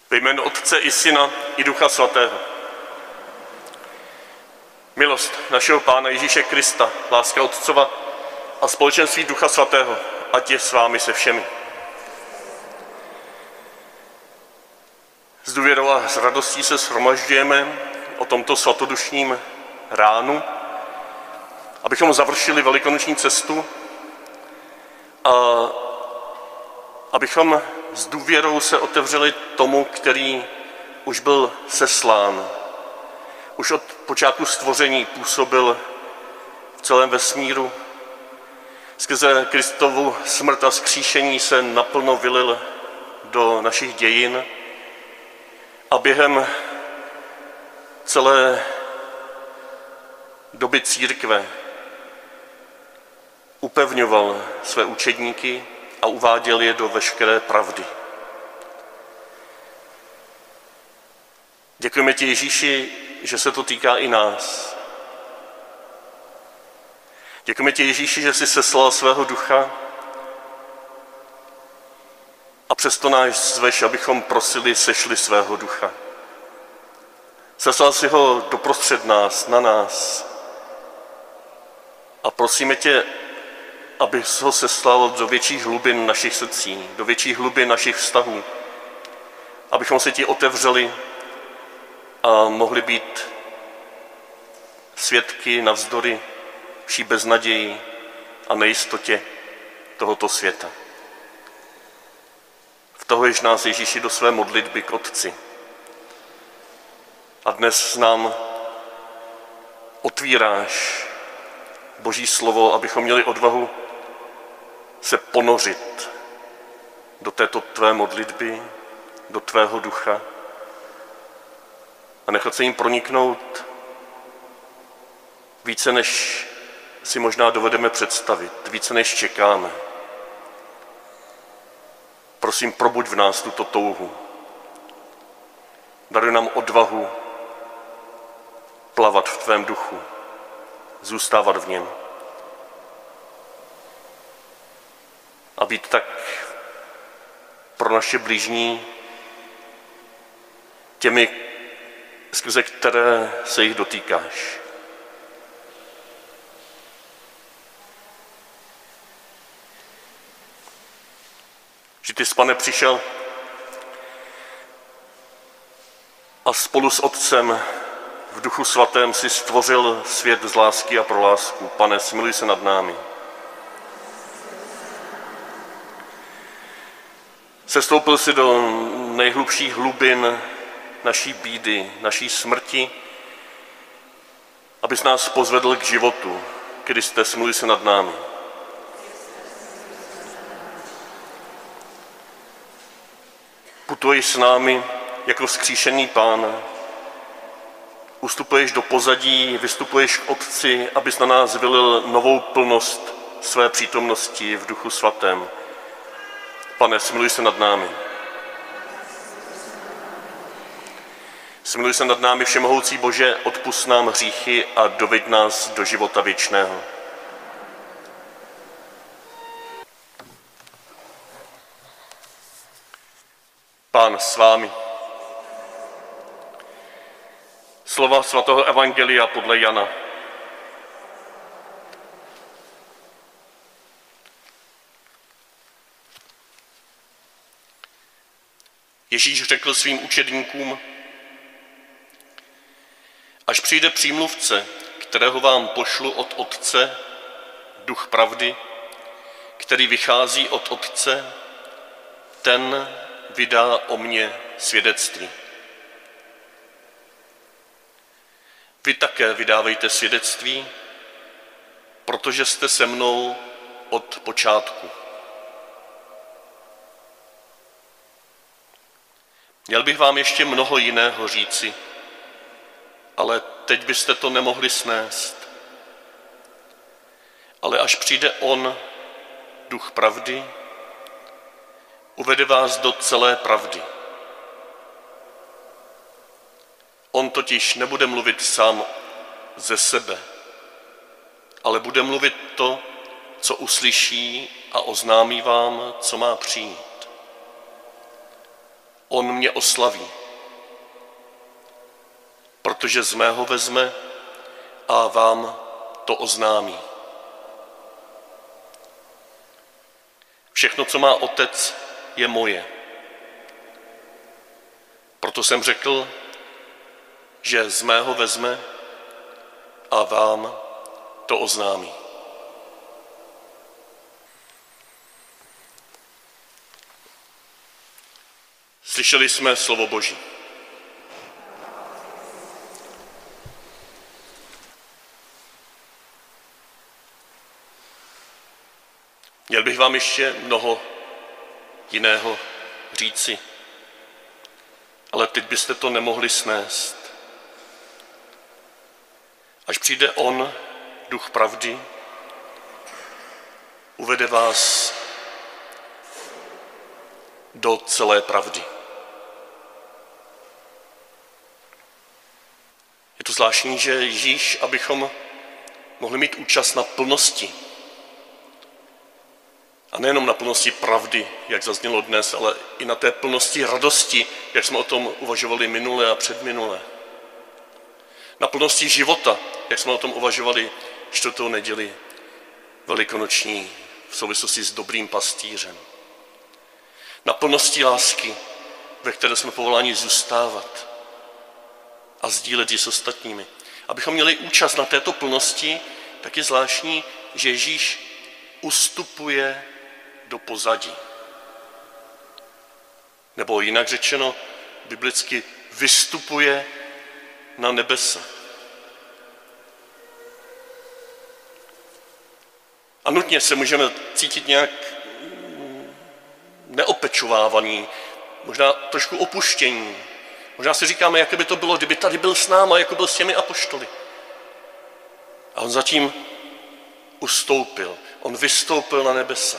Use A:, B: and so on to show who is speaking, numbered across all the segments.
A: Ve jménu Otce i Syna i Ducha Svatého. Milost našeho Pána Ježíše Krista, láska Otcova a společenství Ducha Svatého, ať je s vámi se všemi. S důvěrou a s radostí se shromažďujeme o tomto svatodušním ránu, abychom završili velikonoční cestu a abychom s důvěrou se otevřeli tomu, který už byl seslán. Už od počátku stvoření působil v celém vesmíru. Skrze Kristovu smrt a vzkříšení se naplno vylil do našich dějin a během celé doby církve upevňoval své učedníky a uváděl je do veškeré pravdy. Děkujeme ti, Ježíši, že se to týká i nás. Děkujeme ti, Ježíši, že jsi seslal svého ducha a přesto nás zveš, abychom prosili, sešli svého ducha. Seslal si ho doprostřed nás, na nás. A prosíme tě, abys ho seslal do větších hlubin našich srdcí, do větších hlubin našich vztahů, abychom se ti otevřeli a mohli být svědky navzdory vší beznaději a nejistotě tohoto světa. Vtahuješ nás, Ježíši, do své modlitby k Otci. A dnes nám otvíráš Boží slovo, abychom měli odvahu se ponořit do této tvé modlitby, do tvého ducha a nechat se jim proniknout více, než si možná dovedeme představit, více, než čekáme. Prosím, probuď v nás tuto touhu. Daruj nám odvahu plavat v tvém duchu, zůstávat v něm. A být tak pro naše bližní těmi, skrze které se jich dotýkáš. Že ty, Pane, přišel a spolu s Otcem v Duchu Svatém si stvořil svět z lásky a pro lásku. Pane, smiluj se nad námi. Sestoupil si do nejhlubších hlubin naší bídy, naší smrti, abys nás pozvedl k životu. Kriste, smiluj se nad námi. Putuješ s námi jako vzkříšený Pán, ustupuješ do pozadí, vystupuješ k Otci, abys na nás vylil novou plnost své přítomnosti v Duchu Svatém. Pane, smiluj se nad námi. Smiluj se nad námi, všemohoucí Bože, odpusť nám hříchy a doveď nás do života věčného. Pán s vámi. Slova svatého evangelia podle Jana. Ježíš řekl svým učedníkům: až přijde přímluvce, kterého vám pošlu od Otce, Duch pravdy, který vychází od Otce, ten vydá o mně svědectví. Vy také vydávejte svědectví, protože jste se mnou od počátku. Měl bych vám ještě mnoho jiného říci, ale teď byste to nemohli snést. Ale až přijde on, Duch pravdy, uvede vás do celé pravdy. On totiž nebude mluvit sám ze sebe, ale bude mluvit to, co uslyší, a oznámí vám, co má přijít. On mě oslaví, protože z mého vezme a vám to oznámí. Všechno, co má Otec, je moje. Proto jsem řekl, že z mého vezme a vám to oznámí. Slyšeli jsme slovo Boží. Měl bych vám ještě mnoho jiného říci, ale teď byste to nemohli snést. Až přijde on, Duch pravdy, uvede vás do celé pravdy. Je to zvláštní, že Ježíš, abychom mohli mít účast na plnosti, a nejenom na plnosti pravdy, jak zaznělo dnes, ale i na té plnosti radosti, jak jsme o tom uvažovali minule a předminule. Na plnosti života, jak jsme o tom uvažovali 4. neděli velikonoční v souvislosti s dobrým pastýřem. Na plnosti lásky, ve které jsme povoláni zůstávat a sdílet ji s ostatními. Abychom měli účast na této plnosti, tak je zvláštní, že Ježíš ustupuje do pozadí. Nebo jinak řečeno, biblicky vystupuje na nebesa. A nutně se můžeme cítit nějak neopečovávaný, možná trošku opuštění. Možná si říkáme, jak by to bylo, kdyby tady byl s náma, jako byl s těmi apoštoly. A on zatím ustoupil. On vystoupil na nebesa.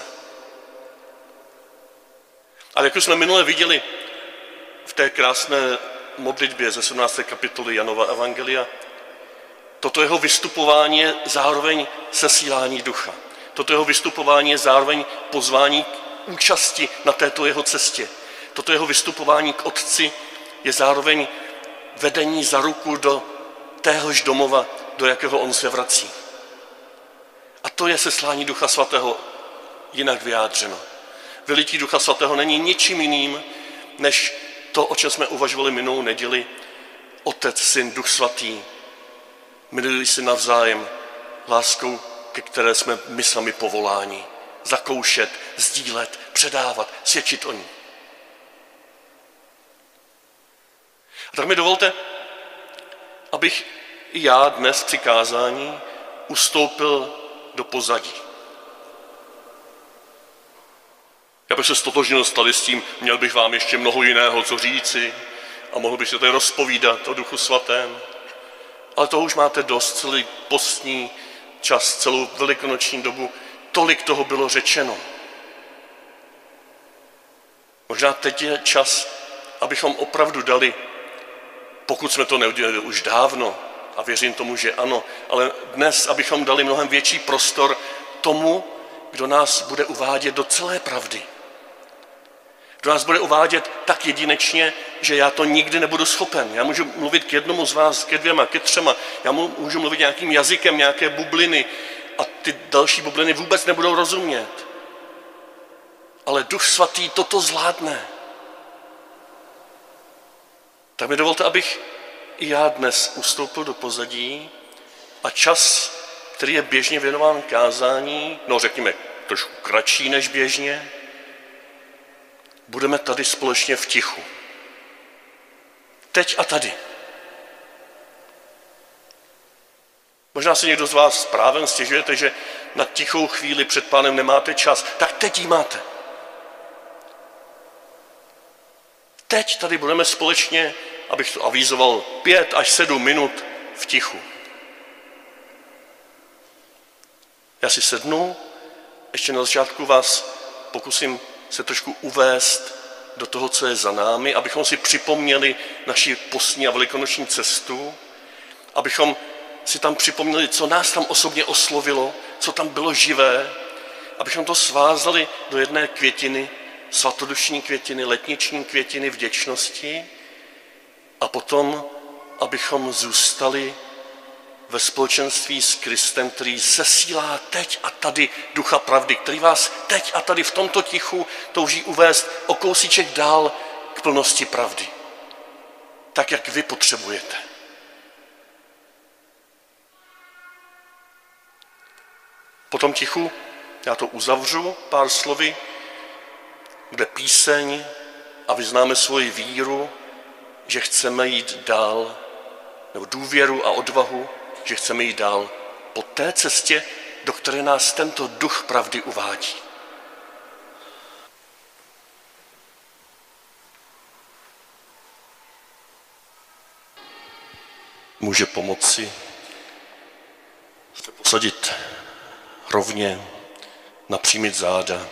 A: Ale jak už jsme minule viděli v té krásné modlitbě ze 17. kapitoly Janova evangelia, toto jeho vystupování je zároveň sesílání ducha. Toto jeho vystupování je zároveň pozvání k účasti na této jeho cestě. Toto jeho vystupování k Otci je zároveň vedení za ruku do téhož domova, do jakého on se vrací. A to je seslání Ducha Svatého jinak vyjádřeno. Vylití Ducha Svatého není ničím jiným, než to, o čem jsme uvažovali minulou neděli. Otec, Syn, Duch Svatý milují si navzájem láskou, ke které jsme my sami povoláni. Zakoušet, sdílet, předávat, svědčit o ní. A tak mi dovolte, abych i já dnes při kázání ustoupil do pozadí. Já bych se ztotožnil tady s tím, měl bych vám ještě mnoho jiného co říci a mohl bych se tady rozpovídat o Duchu Svatém. Ale toho už máte dost, celý postní čas, celou velikonoční dobu, tolik toho bylo řečeno. Možná teď je čas, abychom opravdu dali, pokud jsme to neudělali už dávno, a věřím tomu, že ano, ale dnes, abychom dali mnohem větší prostor tomu, kdo nás bude uvádět do celé pravdy. Kdo nás bude uvádět tak jedinečně, že já to nikdy nebudu schopen. Já můžu mluvit k jednomu z vás, ke dvěma, ke třema, já můžu mluvit nějakým jazykem, nějaké bubliny a ty další bubliny vůbec nebudou rozumět. Ale Duch Svatý toto zvládne. Tak mi dovolte, abych i já dnes ustoupil do pozadí a čas, který je běžně věnován kázání, no řekněme trošku kratší než běžně, budeme tady společně v tichu. Teď a tady. Možná si někdo z vás právem stěžujete, že na tichou chvíli před Pánem nemáte čas. Tak teď ji máte. Teď tady budeme společně, abych to avízoval, 5 až 7 minut v tichu. Já si sednu, ještě na začátku vás pokusím se trošku uvést do toho, co je za námi, abychom si připomněli naši postní a velikonoční cestu, abychom si tam připomněli, co nás tam osobně oslovilo, co tam bylo živé, abychom to svázali do jedné květiny svatodušní květiny, letniční květiny vděčnosti a potom, abychom zůstali ve společenství s Kristem, který sesílá teď a tady ducha pravdy, který vás teď a tady v tomto tichu touží uvést o kousíček dál k plnosti pravdy. Tak, jak vy potřebujete. Po tom tichu já to uzavřu pár slovy, kde píseň a vyznáme svoji víru, že chceme jít dál, nebo důvěru a odvahu, že chceme jít dál po té cestě, do které nás tento duch pravdy uvádí. Může pomoci se posadit rovně, napřímit záda,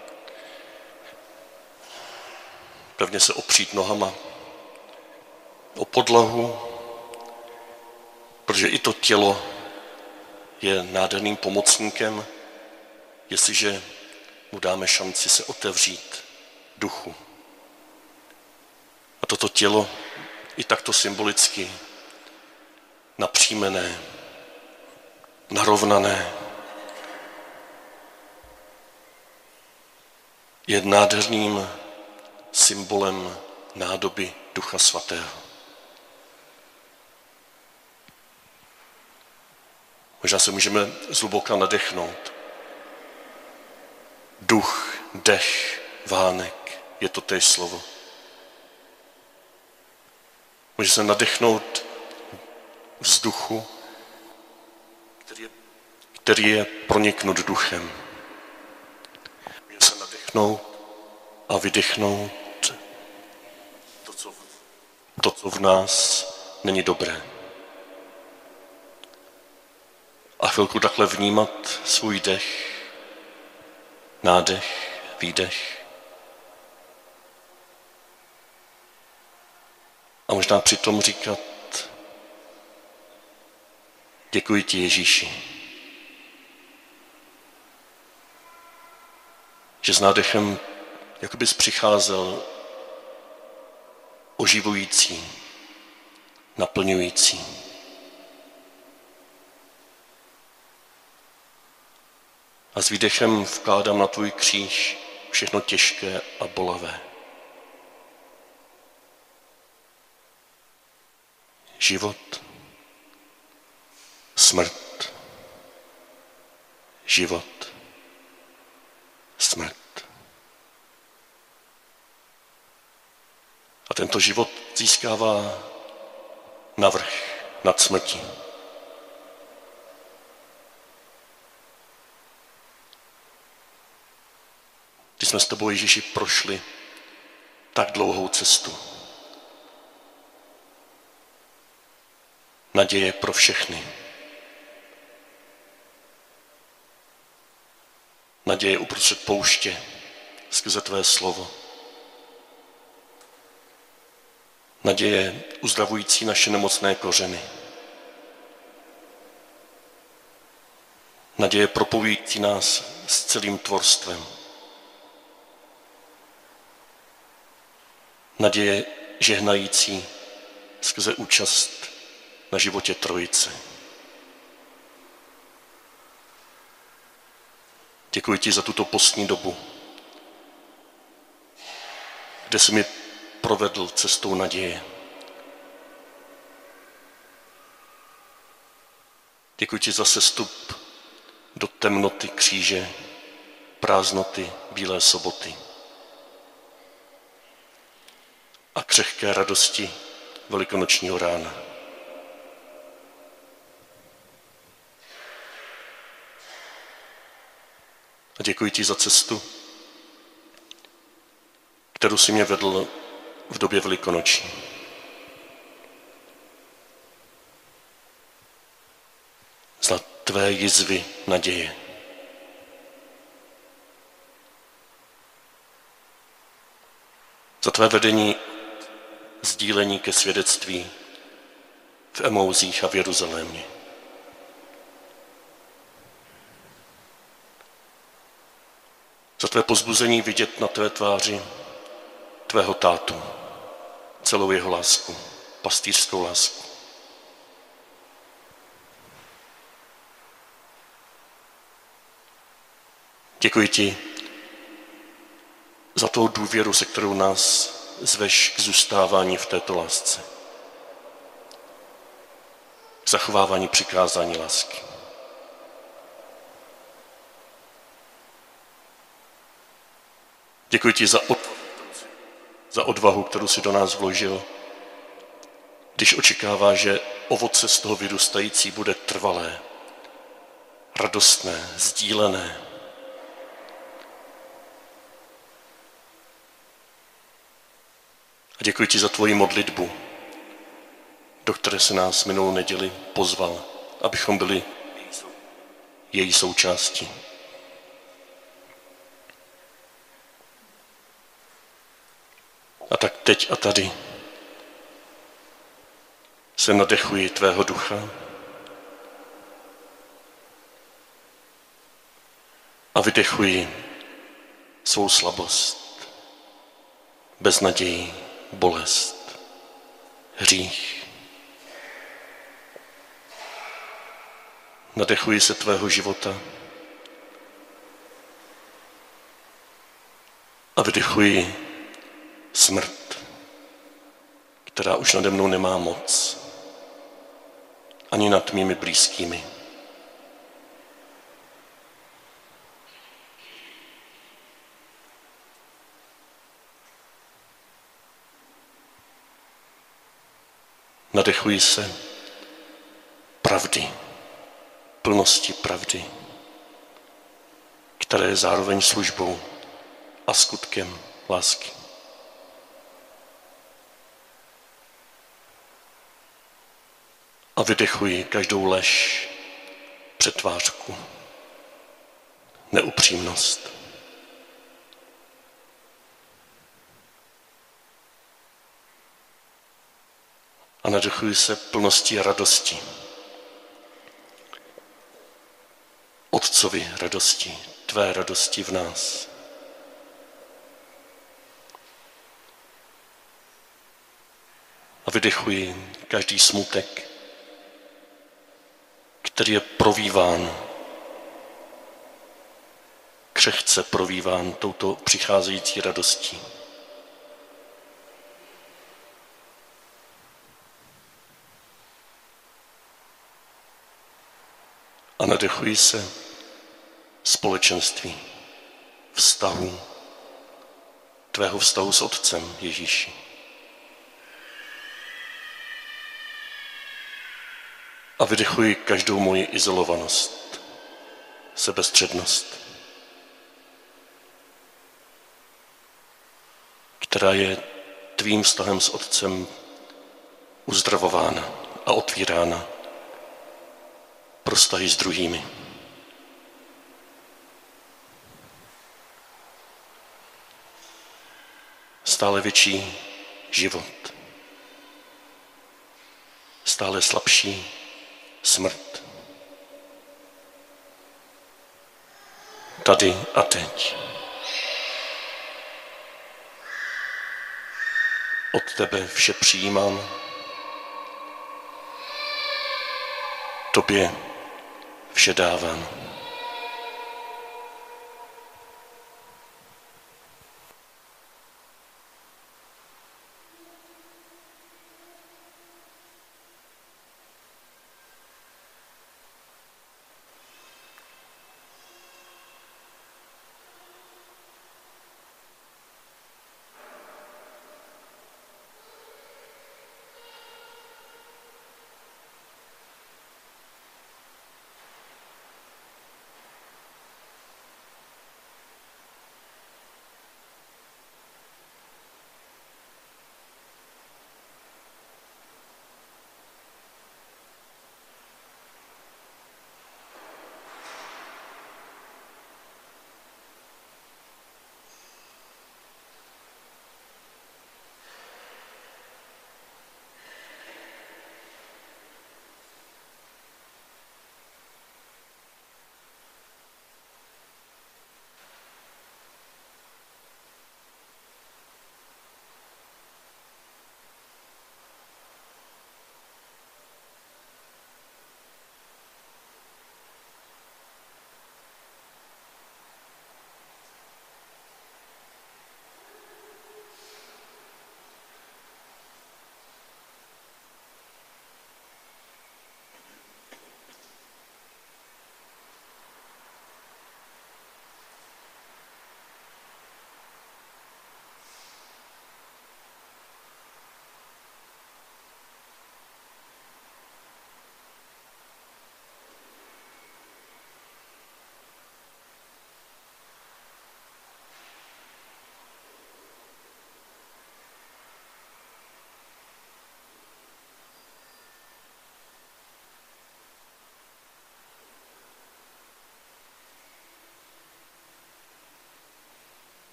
A: pevně se opřít nohama o podlahu, protože i to tělo je nádherným pomocníkem, jestliže mu dáme šanci se otevřít duchu. A toto tělo i takto symbolicky napřímené, narovnané, je nádherným symbolem nádoby Ducha Svatého. Možná se můžeme zhluboka nadechnout. Duch, dech, vánek, je to též slovo. Může se nadechnout vzduchu, který je proniknut duchem. Může se nadechnout a vydechnout to, co v nás není dobré. A chvilku takhle vnímat svůj dech, nádech, výdech. A možná přitom říkat: děkuji ti, Ježíši, že s nádechem jako bys přicházel oživující, naplňující. A s výdechem vkládám na tvůj kříž všechno těžké a bolavé. Život, smrt, život, smrt. A tento život získává navrch nad smrtí. Když jsme s tebou, Ježíši, prošli tak dlouhou cestu. Naděje pro všechny. Naděje uprostřed pouště skrze tvé slovo. Naděje uzdravující naše nemocné kořeny. Naděje propojující nás s celým tvorstvem. Naděje žehnající skrze účast na životě Trojice. Děkuji ti za tuto postní dobu, kde jsi mi provedl cestou naděje. Děkuji ti za sestup do temnoty kříže, prázdnoty Bílé soboty a křehké radosti velikonočního rána. A děkuji ti za cestu, kterou jsi mě vedl v době velikonoční. Za tvé jizvy naděje. Za tvé vedení sdílení ke svědectví v Emauzích a v Jeruzalémě. za tvé povzbuzení vidět na tvé tváři tvého tátu, celou jeho lásku, pastýřskou lásku. Děkuji ti za tou důvěru, se kterou nás zveš k zůstávání v této lásce. K zachovávání přikázání lásky. Děkuji ti za odvahu, kterou si do nás vložil, když očekává, že ovoce z toho vyrůstající bude trvalé, radostné, sdílené. A děkuji ti za tvoji modlitbu, do které se nás minulou neděli pozval, abychom byli její součástí. A tak teď a tady se nadechuji tvého ducha a vydechuji svou slabost, beznaději, bolest, hřích. Nadechuji se tvého života a vydechuji smrt, která už nade mnou nemá moc, ani nad mými blízkými. Nadechuji se pravdy, plnosti pravdy, která je zároveň službou a skutkem lásky. A vydechuji každou lež, přetvářku, neupřímnost. A nadechuji se plností radosti. Otcovi radosti, tvé radosti v nás. A vydechuji každý smutek, který je províván, křehce províván touto přicházející radostí. A nadechuji se společenství, vztahu, tvého vztahu s Otcem Ježíši. A vydechuji každou moji izolovanost, sebestřednost, která je tvým vztahem s Otcem uzdravována a otvírána pro vztahy s druhými. Stále větší život, stále slabší smrt. Tady a teď. Od tebe vše přijímám. Tobě vše dávám.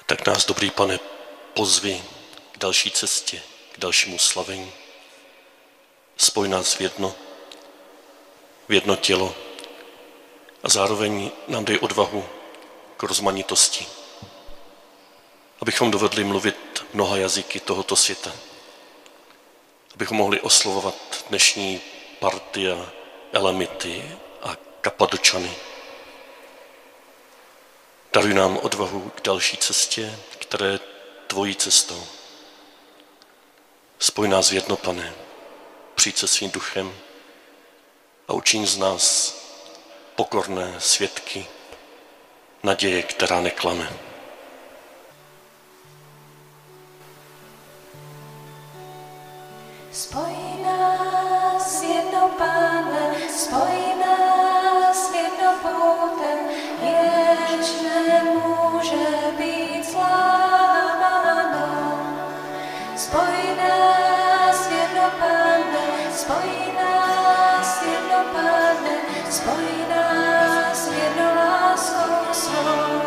A: Tak nás, dobrý Pane, pozvi k další cestě, k dalšímu slavení. Spoj nás v jedno tělo a zároveň nám dej odvahu k rozmanitosti, abychom dovedli mluvit mnoha jazyky tohoto světa, abychom mohli oslovovat dnešní Partia, Elamity a Kapadočany. Daruj nám odvahu k další cestě, která je tvojí cestou. Spoj nás v jedno, Pane, přijď se svým duchem a učiň z nás pokorné svědky naděje, která neklame.
B: Spoj nás jedno, Pane, spoj nás jedno poutem, jež nemůže být zlámáno. Spoj nás jedno, Pane, spoj nás jedno, Pane, spoj nás jedno láskou svou.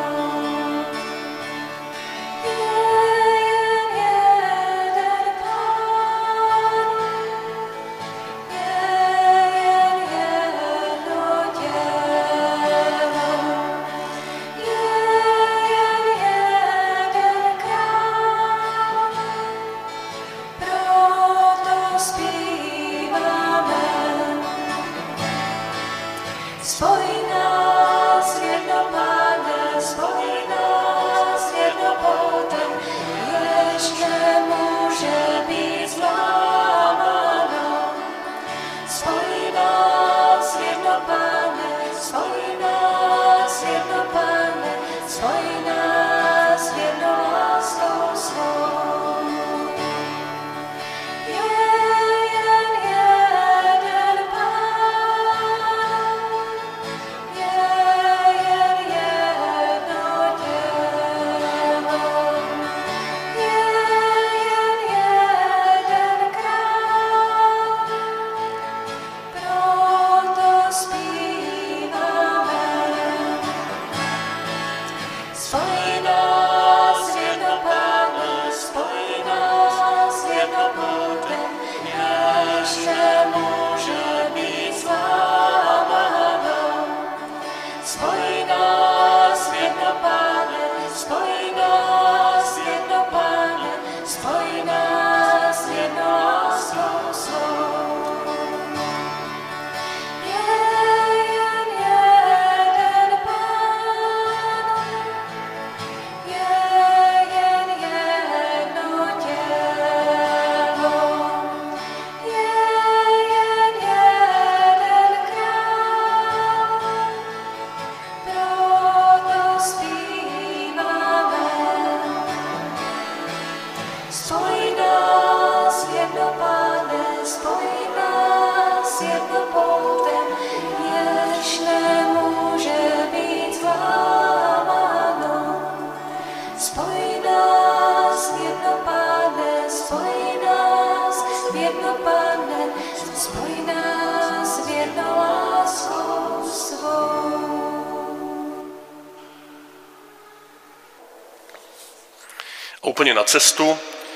A: Úplně na cestu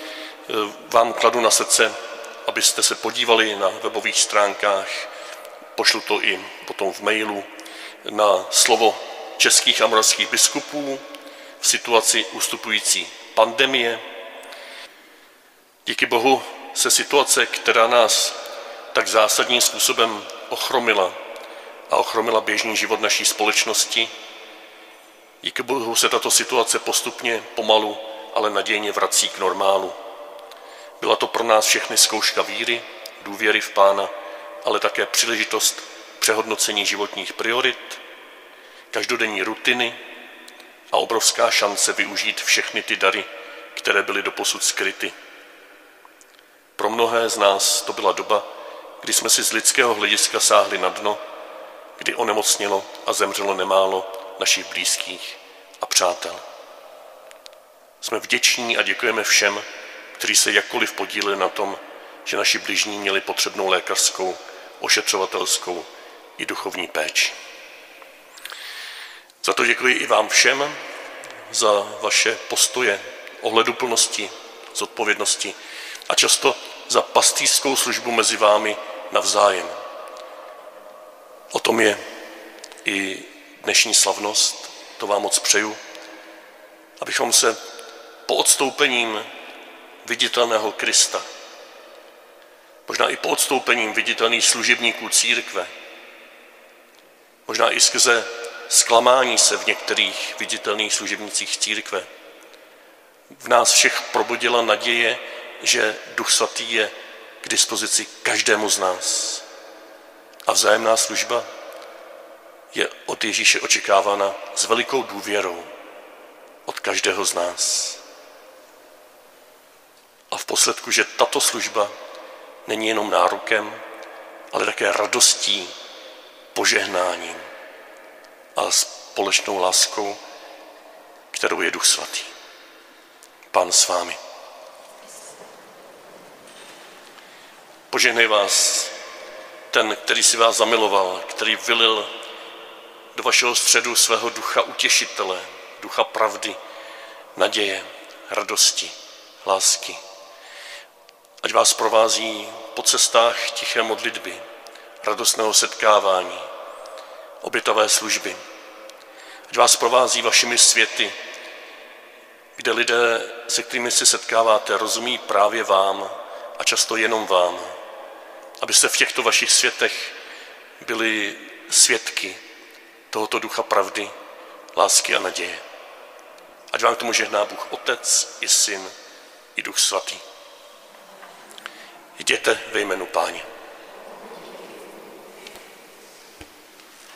A: vám kladu na srdce, abyste se podívali na webových stránkách, pošlu to i potom v mailu, na slovo českých a moravských biskupů v situaci ustupující pandemie. Díky Bohu se situace, která nás tak zásadním způsobem ochromila a ochromila běžný život naší společnosti, díky Bohu se tato situace postupně pomalu, ale nadějně vrací k normálu. Byla to pro nás všechny zkouška víry, důvěry v Pána, ale také příležitost přehodnocení životních priorit, každodenní rutiny a obrovská šance využít všechny ty dary, které byly doposud skryty. Pro mnohé z nás to byla doba, kdy jsme si z lidského hlediska sáhli na dno, kdy onemocnělo a zemřelo nemálo našich blízkých a přátel. Jsme vděční a děkujeme všem, kteří se jakkoliv podíleli na tom, že naši bližní měli potřebnou lékařskou, ošetřovatelskou i duchovní péči. Za to děkuji i vám všem, za vaše postoje, ohleduplnosti, zodpovědnosti a často za pastýřskou službu mezi vámi navzájem. O tom je i dnešní slavnost, to vám moc přeju, abychom se po odstoupením viditelného Krista, možná i po odstoupením viditelných služebníků církve, možná i skrze zklamání se v některých viditelných služebnících církve, v nás všech probudila naděje, že Duch Svatý je k dispozici každému z nás. A vzájemná služba je od Ježíše očekávána s velikou důvěrou od každého z nás. A v posledku, že tato služba není jenom nárokem, ale také radostí, požehnáním a společnou láskou, kterou je Duch Svatý. Pán s vámi. Požehnej vás ten, který si vás zamiloval, který vylil do vašeho středu svého ducha utěšitele, ducha pravdy, naděje, radosti, lásky. Ať vás provází po cestách tiché modlitby, radostného setkávání, obětavé služby. Ať vás provází vašimi světy, kde lidé, se kterými se setkáváte, rozumí právě vám a často jenom vám. Abyste v těchto vašich světech byli svědky tohoto ducha pravdy, lásky a naděje. Ať vám k tomu žehná Bůh Otec i Syn i Duch Svatý. Jděte ve jménu Páně.